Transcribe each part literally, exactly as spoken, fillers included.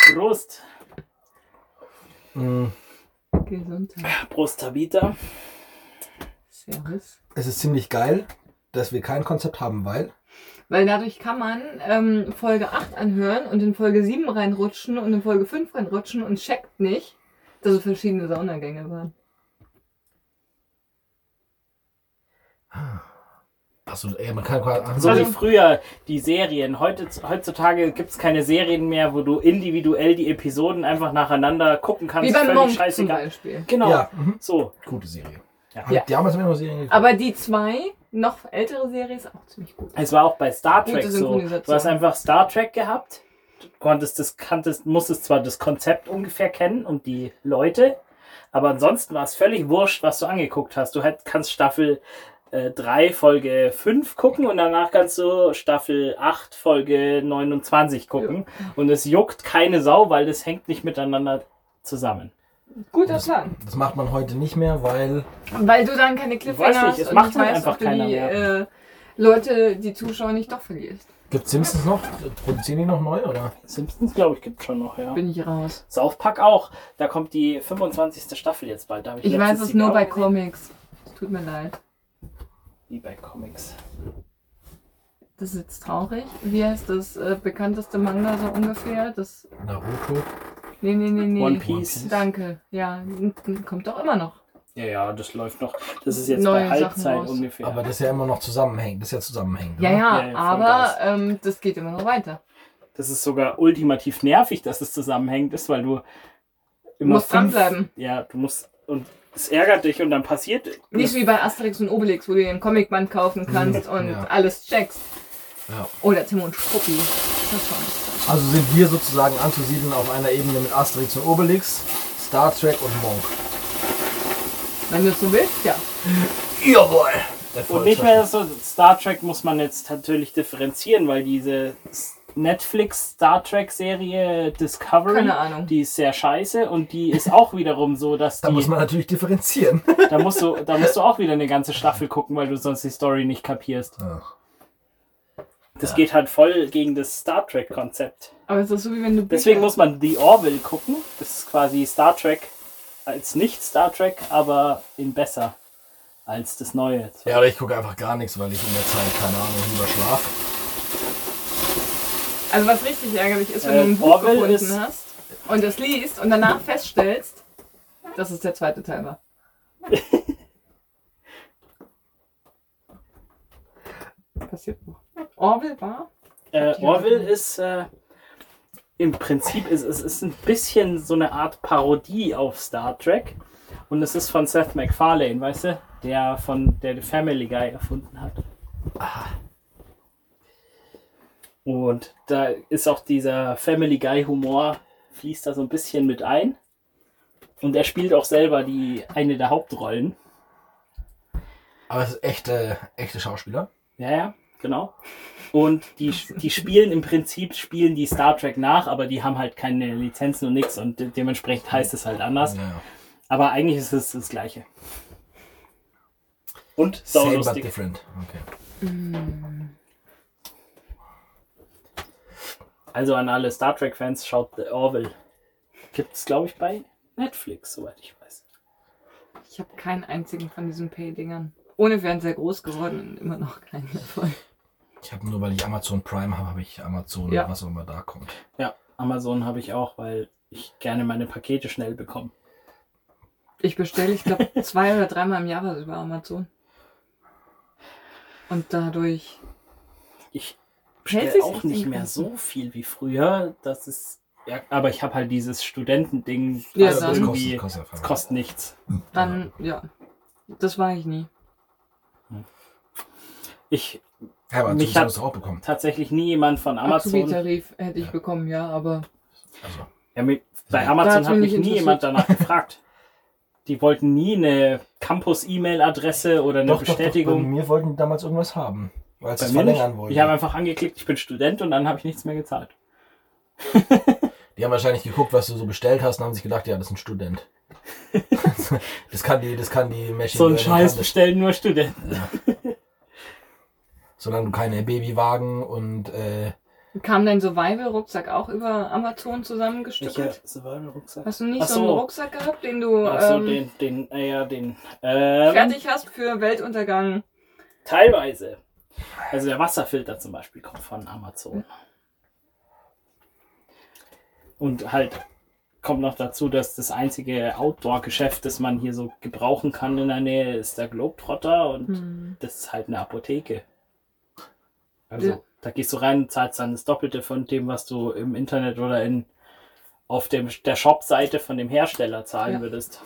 Prost. Mm. Gesundheit. Prost, Tabita. Servus. Es ist ziemlich geil, dass wir kein Konzept haben, weil... Weil dadurch kann man ähm, Folge acht anhören und in Folge sieben reinrutschen und in Folge fünf reinrutschen und checkt nicht, dass es verschiedene Saunagänge waren. Achso, ey, man kann quasi... So wie früher die Serien. Heute, heutzutage gibt es keine Serien mehr, wo du individuell die Episoden einfach nacheinander gucken kannst. Wie beim völlig Monk zum scheißegal. Beispiel. Genau, Ja, mhm. so. Gute Serie. Ja. Ja. Damals haben wir noch Serien geguckt. Aber die zwei, noch ältere Serie ist auch ziemlich gut. Es war auch bei Star Trek Gute so. Synchronisation. Du hast einfach Star Trek gehabt. Du konntest das, kanntest, musstest zwar das Konzept ungefähr kennen und die Leute, aber ansonsten war es völlig wurscht, was du angeguckt hast. Du hätt, kannst Staffel drei, Folge fünf gucken und danach kannst du Staffel acht, Folge neunundzwanzig gucken. Ja. Und es juckt keine Sau, weil das hängt nicht miteinander zusammen. Guter das, Plan. Das macht man heute nicht mehr, weil... Weil du dann keine Cliffhanger hast es und macht nicht halt weißt, einfach ob du keiner die mehr. Äh, Leute, die Zuschauer nicht doch verlierst. Gibt Simpsons noch? Produzieren die noch neu, oder? Simpsons, glaube ich, gibt es schon noch, ja. Bin ich raus. South Park auch. Da kommt die fünfundzwanzigste Staffel jetzt bald. Da hab ich ich weiß es nur bei gesehen. Comics. Tut mir leid. Wie bei Comics. Das ist jetzt traurig. Wie heißt das äh, bekannteste Manga so ungefähr? Das Naruto. Nee, nee, nee, nee. One Piece. Danke. Ja, kommt doch immer noch. Ja, ja, das läuft noch. Das ist jetzt Neue bei Halbzeit Sachen raus. ungefähr. Aber das ist ja immer noch zusammenhängend. Das ist ja zusammenhängend. Ja, oder? ja, Ja, ja, aber ähm, das geht immer noch weiter. Das ist sogar ultimativ nervig, dass es zusammenhängt ist, weil du Du immer musst fünf- dranbleiben. Ja, du musst und es ärgert dich und dann passiert Nicht wie bei Asterix und Obelix, wo du dir ein Comicband kaufen kannst und Ja. alles checkst. Ja. Oder Tim und Struppi. Das schon. Also sind wir sozusagen anzusiedeln auf einer Ebene mit Asterix und Obelix, Star Trek und Monk. Wenn du es so willst, ja. Jawohl! Und nicht mehr so, Star Trek muss man jetzt natürlich differenzieren, weil diese Netflix Star Trek Serie Discovery, Keine Ahnung. die ist sehr scheiße und die ist auch wiederum so, dass die, Da muss man natürlich differenzieren. da musst du, da musst du auch wieder eine ganze Staffel gucken, weil du sonst die Story nicht kapierst. Ach. Das Ja. geht halt voll gegen das Star Trek Konzept. Aber es ist so, wie wenn du... Deswegen muss man The Orville gucken. Das ist quasi Star Trek als nicht Star Trek, aber in besser als das Neue. Ja, aber ich gucke einfach gar nichts, weil ich in der Zeit, keine Ahnung, lieber schlaf. Also was richtig ärgerlich ist, wenn Äh, du ein Buch Orwell gefunden ist- hast und es liest und danach feststellst, dass es der zweite Teil war. Passiert noch. Orwell war? Äh, Orville ist äh, im Prinzip ist es ist ein bisschen so eine Art Parodie auf Star Trek und es ist von Seth MacFarlane, weißt du, der von der The Family Guy erfunden hat. Und da ist auch dieser Family Guy Humor fließt da so ein bisschen mit ein und er spielt auch selber die eine der Hauptrollen. Aber es ist echte, echte Schauspieler. Ja, ja, genau. Und die, die spielen im Prinzip, spielen die Star Trek nach, aber die haben halt keine Lizenzen und nix und de- dementsprechend heißt es halt anders. Ja, ja. Aber eigentlich ist es das Gleiche. Und Same but saulustig. different. Okay. Also an alle Star Trek-Fans, schaut The Orville. Gibt es, glaube ich, bei Netflix, soweit ich weiß. Ich habe keinen einzigen von diesen Pay-Dingern. Ohne Fernseher groß geworden und immer noch keinen davon. Ich habe nur, weil ich Amazon Prime habe, habe ich Amazon, Ja. was auch immer da kommt. Ja, Amazon habe ich auch, weil ich gerne meine Pakete schnell bekomme. Ich bestelle, ich glaube, zwei oder dreimal im Jahr was über Amazon. Und dadurch... Ich Hält bestelle sich's auch echt nicht in mehr Grenzen. so viel wie früher. Das ist, ja, aber ich habe halt dieses Studentending. Ja, also dann- irgendwie, kostet, kostet, es kostet nichts. Dann, ja. Das war ich nie. Ich Ja, aber Mich du hat- hast du auch bekommen. tatsächlich nie jemand von Amazon. Azubi-Tarif hätte ich bekommen, ja, aber... Also, Ja, mit, bei Da Amazon hat's hat mich mich nicht nie jemand danach gefragt. Die wollten nie eine Campus-E-Mail-Adresse oder eine doch, doch, doch, bei Bestätigung. mir wollten die damals irgendwas haben, weil sie Bei es mir nicht. verlängern wollten. Ich habe einfach angeklickt, ich bin Student und dann habe ich nichts mehr gezahlt. Die haben wahrscheinlich geguckt, was du so bestellt hast und haben sich gedacht, ja, das ist ein Student. das kann die, das kann die Machine So ein Learning, Scheiß kann das. bestellen nur Studenten. Solange du keine Babywagen und äh, Kam dein Survival-Rucksack auch über Amazon zusammengestückelt? Survival-Rucksack? Hast du nicht Ach so einen so. Rucksack gehabt, den du Achso, ähm, den, den, äh, ja, den, ähm, fertig hast für Weltuntergang? teilweise. Also der Wasserfilter zum Beispiel kommt von Amazon. Und halt kommt noch dazu, dass das einzige Outdoor-Geschäft, das man hier so gebrauchen kann in der Nähe, ist der Globetrotter und Hm. das ist halt eine Apotheke. Also Ja. da gehst du rein und zahlst dann das Doppelte von dem, was du im Internet oder in auf dem, der Shop-Seite von dem Hersteller zahlen Ja. würdest.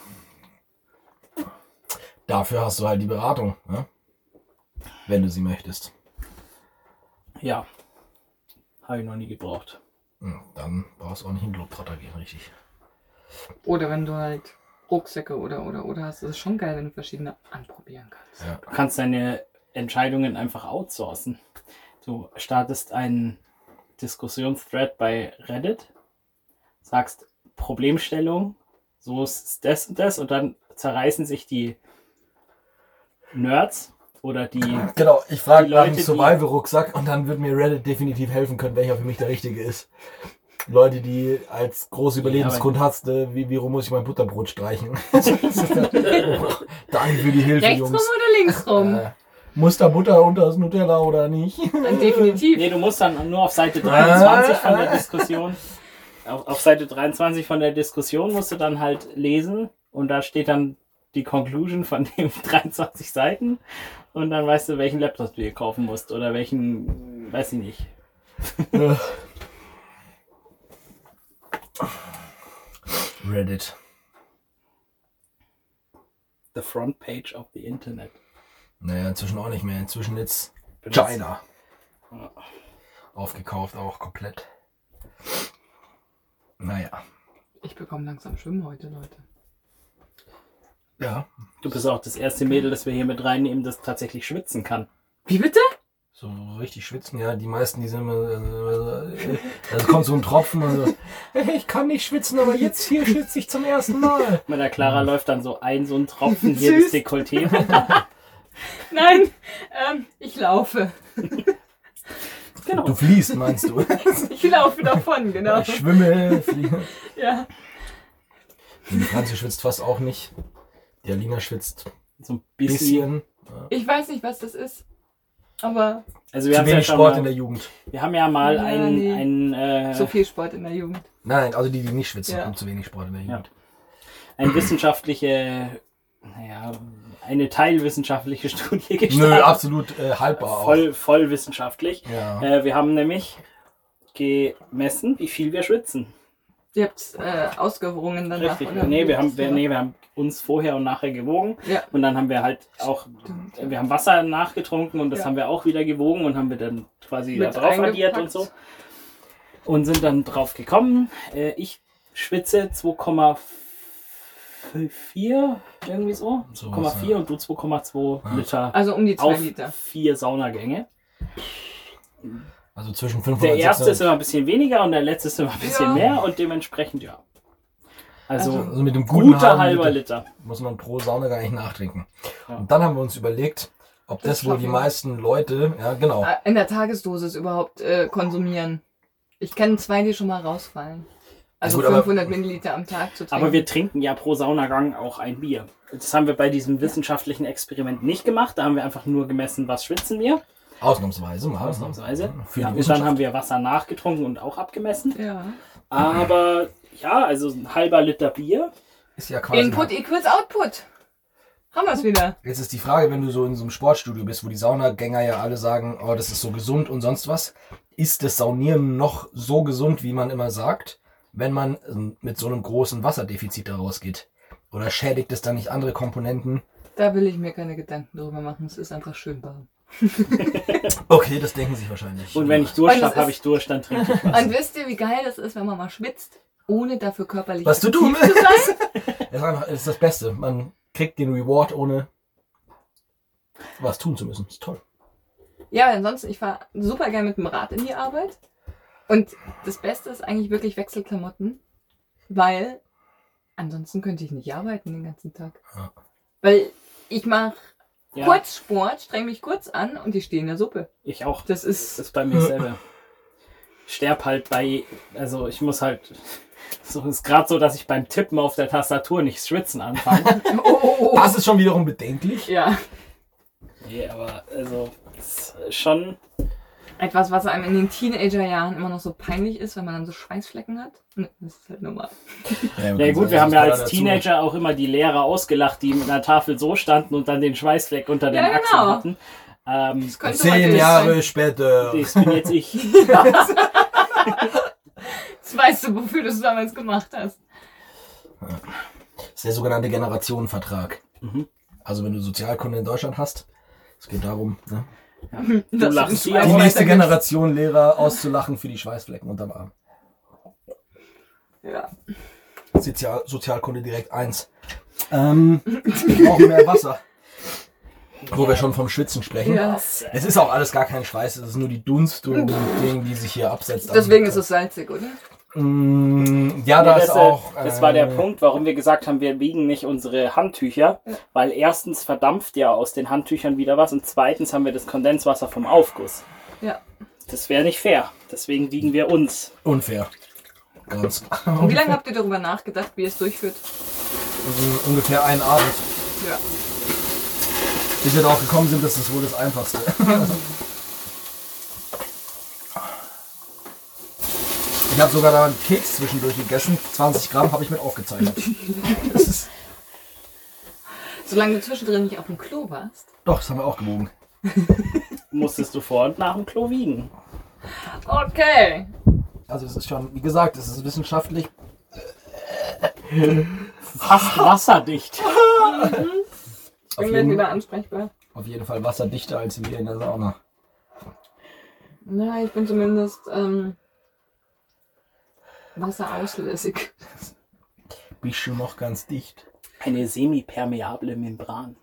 Dafür hast du halt die Beratung, ne? Wenn du sie möchtest. Ja, habe ich noch nie gebraucht. Hm, Dann brauchst du auch nicht in den Globetrotter gehen, richtig. Oder wenn du halt Rucksäcke oder oder oder hast. Das ist schon geil, wenn du verschiedene anprobieren kannst. Ja. Du kannst deine Entscheidungen einfach outsourcen. Du startest einen Diskussionsthread bei Reddit, sagst Problemstellung, so ist das und das und dann zerreißen sich die Nerds oder die, Genau, ich frage Die nach einem Leute, die- Survival-Rucksack und dann wird mir Reddit definitiv helfen können, welcher für mich der richtige ist. Leute, die als große Überlebensgrund hast, äh, wie, wie rum muss ich mein Butterbrot streichen? Danke für die Hilfe, Rechts rum Jungs. oder links rum? Äh, muss da Butter unter das Nutella oder nicht? Dann definitiv. nee, du musst dann nur auf Seite dreiundzwanzig von der Diskussion, auf, auf Seite dreiundzwanzig von der Diskussion musst du dann halt lesen und da steht dann die Conclusion von den dreiundzwanzig Seiten und dann weißt du, welchen Laptop du dir kaufen musst oder welchen, weiß ich nicht. Reddit. The front page of the Internet. Naja, inzwischen auch nicht mehr. Inzwischen jetzt Benutzt- China. Ja. Aufgekauft auch komplett. Naja. Ich bekomme langsam Schwimmen heute, Leute. Ja. Du bist auch das erste Mädel, das wir hier mit reinnehmen, das tatsächlich schwitzen kann. Wie bitte? So richtig schwitzen, ja. Die meisten, die sind immer, äh, da kommt so ein Tropfen und so, ich kann nicht schwitzen, aber jetzt hier schwitze ich zum ersten Mal. Mit der Clara läuft dann so ein, so ein Tropfen hier Süß. das Dekolleté runter. Nein, ähm, ich laufe. Genau. Du fließt, meinst du? Ich laufe davon, genau. Ich schwimme, fliege. Ja. Die Franzi schwitzt fast auch nicht. Die Alina schwitzt So ein ein bisschen. bisschen. Ich weiß nicht, was das ist. Aber Also wir Zu haben ja wenig schon Sport mal, in der Jugend. wir haben ja mal Ja, ein, nee. ein, äh, so viel Sport in der Jugend. Nein, also die, die nicht schwitzen, Ja. haben zu wenig Sport in der Jugend. eine wissenschaftliche, naja, eine teilwissenschaftliche Studie gestartet. Nö, absolut äh, haltbar auch. Voll, voll wissenschaftlich. Ja. Äh, wir haben nämlich gemessen, wie viel wir schwitzen. Ihr habt äh, ausgewogen danach, Richtig. oder? Nee, Wie wir haben, ist wir, das? nee, wir haben uns vorher und nachher gewogen. Ja. Und dann haben wir halt auch, Stimmt. wir haben Wasser nachgetrunken und das Ja. haben wir auch wieder gewogen und haben wir dann quasi da Mit drauf addiert eingepackt. und so. Und sind dann drauf gekommen. Äh, ich schwitze zwei Komma vier, irgendwie so. So zwei Komma vier ja. und du zwei Komma zwei Ja. Liter Also um die zwei auf Liter. vier Saunagänge. Also zwischen fünfhundert Der und erste ist sechshundert. immer ein bisschen weniger und der letzte ist immer ein bisschen Ja. mehr und dementsprechend ja. Also, Also, Also mit dem guten guter halben halber Liter Liter. muss man pro Sauna gar nicht nachtrinken. Ja. Und dann haben wir uns überlegt, ob das, Das wohl die schaffen wir. meisten Leute, ja genau, Äh, in der Tagesdosis überhaupt äh, konsumieren. Ich kenne zwei, die schon mal rausfallen. Also gut, aber- fünfhundert Milliliter am Tag zu trinken. Aber wir trinken ja pro Saunagang auch ein Bier. Das haben wir bei diesem wissenschaftlichen Experiment nicht gemacht. Da haben wir einfach nur gemessen, was schwitzen wir. ausnahmsweise mal. Ausnahmsweise. Für Ja, die und dann Wissenschaft. haben wir Wasser nachgetrunken und auch abgemessen. Ja. Aber ja, also ein halber Liter Bier. Ist ja quasi. Input equals Output. Haben wir es wieder. Jetzt ist die Frage, wenn du so in so einem Sportstudio bist, wo die Saunagänger ja alle sagen, oh, das ist so gesund und sonst was, ist das Saunieren noch so gesund, wie man immer sagt, wenn man ähm, mit so einem großen Wasserdefizit da rausgeht? Oder schädigt es dann nicht andere Komponenten? Da will ich mir keine Gedanken drüber machen. Es ist einfach schön warm. Okay, das denken sich wahrscheinlich. Und wenn ich Durst Und das habe, habe ist- ich Durst, dann trinke ich was. Und wisst ihr, wie geil das ist, wenn man mal schwitzt, ohne dafür körperlich Was du aktiv tun zu sein? Das ist, einfach, das ist das Beste. Man kriegt den Reward, ohne was tun zu müssen. Das ist toll. Ja, ansonsten, ich fahre super gern mit dem Rad in die Arbeit. Und das Beste ist eigentlich wirklich Wechselklamotten, weil ansonsten könnte ich nicht arbeiten den ganzen Tag. Ja. Weil ich mache Ja, Kurzsport, streng mich kurz an und ich stehe in der Suppe. ich auch. Das Das ist, ist bei mir selber. sterb halt bei, also ich muss halt, so ist gerade so, dass ich beim Tippen auf der Tastatur nicht schwitzen anfange. Oh. Das ist schon wiederum bedenklich. Ja. Nee, aber also ist schon. Etwas, was einem in den Teenagerjahren immer noch so peinlich ist, wenn man dann so Schweißflecken hat. Ne, das ist halt normal. Ja gut, wir haben ja als Teenager auch immer die Lehrer ausgelacht, die mit einer Tafel so standen und dann den Schweißfleck unter den Ja, Achseln genau. hatten. Ähm, Das könnte Zehn heute Jahre sein. später. das bin jetzt ich. Jetzt weißt du, wofür du es damals gemacht hast. Das ist der sogenannte Generationenvertrag. Mhm. Also wenn du Sozialkunde in Deutschland hast, es geht darum, ne? Du Dass lachst den die Schweiß die aber nächste weitergibst. Generation Lehrer auszulachen für die Schweißflecken unterm Arm. Ja. Sozial Sozialkunde direkt eins. Ähm, wir brauchen mehr Wasser. Wo wir schon vom Schwitzen sprechen. Ja. Es ist auch alles gar kein Schweiß, es ist nur die Dunstung, Ding, die sich hier absetzt. Deswegen ist es salzig, oder? Mm, ja, Nee, da das, ist auch. äh, das war der äh, Punkt, warum wir gesagt haben, wir wiegen nicht unsere Handtücher, weil erstens verdampft ja aus den Handtüchern wieder was und zweitens haben wir das Kondenswasser vom Aufguss. Ja. Das wäre nicht fair. Deswegen wiegen wir uns. Unfair. Ganz. Und wie lange habt ihr darüber nachgedacht, wie ihr es durchführt? Mm, Ungefähr ein Abend. Ja. Bis wir darauf gekommen sind, das ist wohl das Einfachste. Ich habe sogar da einen Keks zwischendurch gegessen. zwanzig Gramm habe ich mit aufgezeichnet. Das ist, Solange du zwischendrin nicht auf dem Klo warst. doch, das haben wir auch gewogen. Musstest du vor und nach dem Klo wiegen. Okay. Also es ist schon, wie gesagt, es ist wissenschaftlich. Fast wasserdicht. Auf Bin mir jeden, wieder ansprechbar. auf jeden Fall wasserdichter als wir in der Sauna. Na, ich bin zumindest ähm, wasserauslässig. Bisschen noch ganz dicht. Eine semipermeable Membran.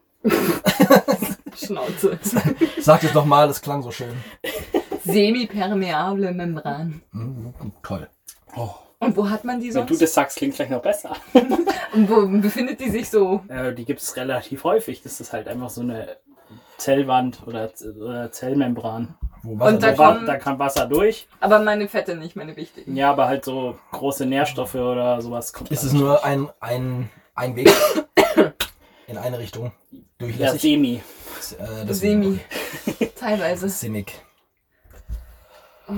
Schnauze. Sag es doch mal, das klang so schön. Semipermeable Membran. Mhm, toll. Oh. Und wo hat man die Wenn du sonst? das sagst, klingt gleich noch besser. Und wo befindet die sich so? Äh, die gibt es relativ häufig. Das ist halt einfach so eine Zellwand oder, oder Zellmembran. Wo war Und das? da Da, kommen- da kann Wasser durch. Aber meine Fette nicht, meine wichtigen. Ja, aber halt so große Nährstoffe oder sowas kommt. Ist da es nicht. nur ein, ein, ein Weg in eine Richtung? Ja, Durchlässig? semi. Äh, das Semi. Teilweise. Sinnig. Oh.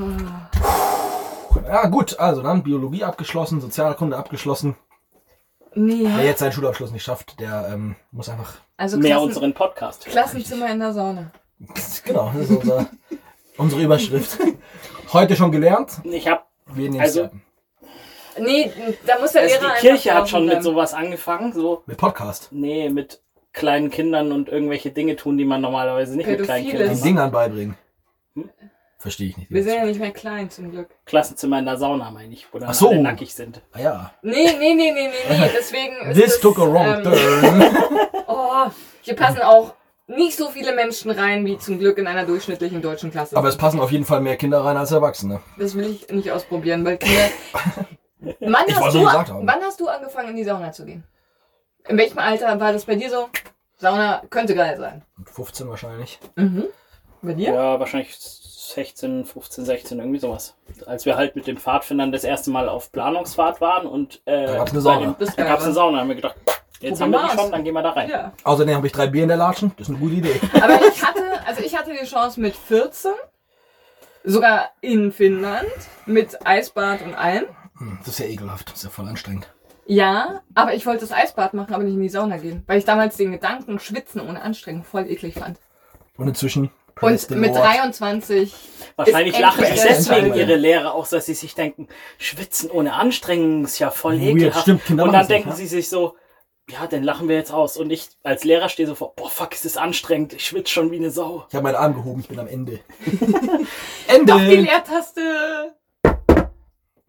Ja gut, also dann Biologie abgeschlossen, Sozialkunde abgeschlossen. Nee. Wer jetzt seinen Schulabschluss nicht schafft, der ähm, muss einfach... Also Mehr Klassen, unseren Podcast. Klassenzimmer in der Sauna. Genau, das ist unser, unsere Überschrift. Heute schon gelernt. Ich hab, Wir nehmen Also- es Nee, da muss der also Lehrer die Kirche einfach hat schon mit bleiben. sowas angefangen. So, mit Podcast. nee, mit kleinen Kindern und irgendwelche Dinge tun, die man normalerweise nicht mit kleinen Pädophiles. Den Kindern macht. Dingern beibringen. Hm? Verstehe ich nicht. Wir sind ja nicht mehr klein, zum Glück. Klassenzimmer in der Sauna, meine ich, wo dann Ach so. alle nackig sind. Ah ja. Nee, nee, nee, nee, nee, nee. Deswegen ist This es, took a wrong ähm, turn. Oh, hier passen auch nicht so viele Menschen rein, wie zum Glück in einer durchschnittlichen deutschen Klasse. Aber es passen auf jeden Fall mehr Kinder rein als Erwachsene. Das will ich nicht ausprobieren, weil Kinder... Wann Ich hast, wollte du, nur gesagt haben. wann hast du angefangen, in die Sauna zu gehen? In welchem Alter war das bei dir so? Sauna könnte geil sein. Mit fünfzehn wahrscheinlich. Mhm. Bei dir? Ja, wahrscheinlich sechzehn, fünfzehn, sechzehn, irgendwie sowas. Als wir halt mit den Pfadfindern das erste Mal auf Planungsfahrt waren und äh, Da gab's eine bei Sauna. dem- Das Da gab es eine geil, Sauna. Da haben wir gedacht, jetzt haben Probieren wir die wir aus. schon, dann gehen wir da rein. Ja. Außerdem habe ich drei Bier in der Latschen. Das ist eine gute Idee. Aber ich hatte, also ich hatte die Chance mit vierzehn, sogar in Finnland, mit Eisbad und allem. Hm, Das ist ja ekelhaft. Das ist ja voll anstrengend. Ja, aber ich wollte das Eisbad machen, aber nicht in die Sauna gehen. Weil ich damals den Gedanken Schwitzen ohne Anstrengung voll eklig fand. Und inzwischen. praise Und the mit Lord. dreiundzwanzig Wahrscheinlich ist lachen endlich sich der deswegen Entscheidung. ihre Lehrer aus, dass sie sich denken, schwitzen ohne Anstrengung ist ja voll Weird, ekelhaft. stimmt, Kinder und machen dann es denken nicht, sie sich so, ja, dann lachen wir jetzt aus. Und ich als Lehrer stehe so vor, boah, fuck, ist das anstrengend, ich schwitze schon wie eine Sau. Ich habe meinen Arm gehoben, ich bin am Ende. Ende! Auf die Leertaste!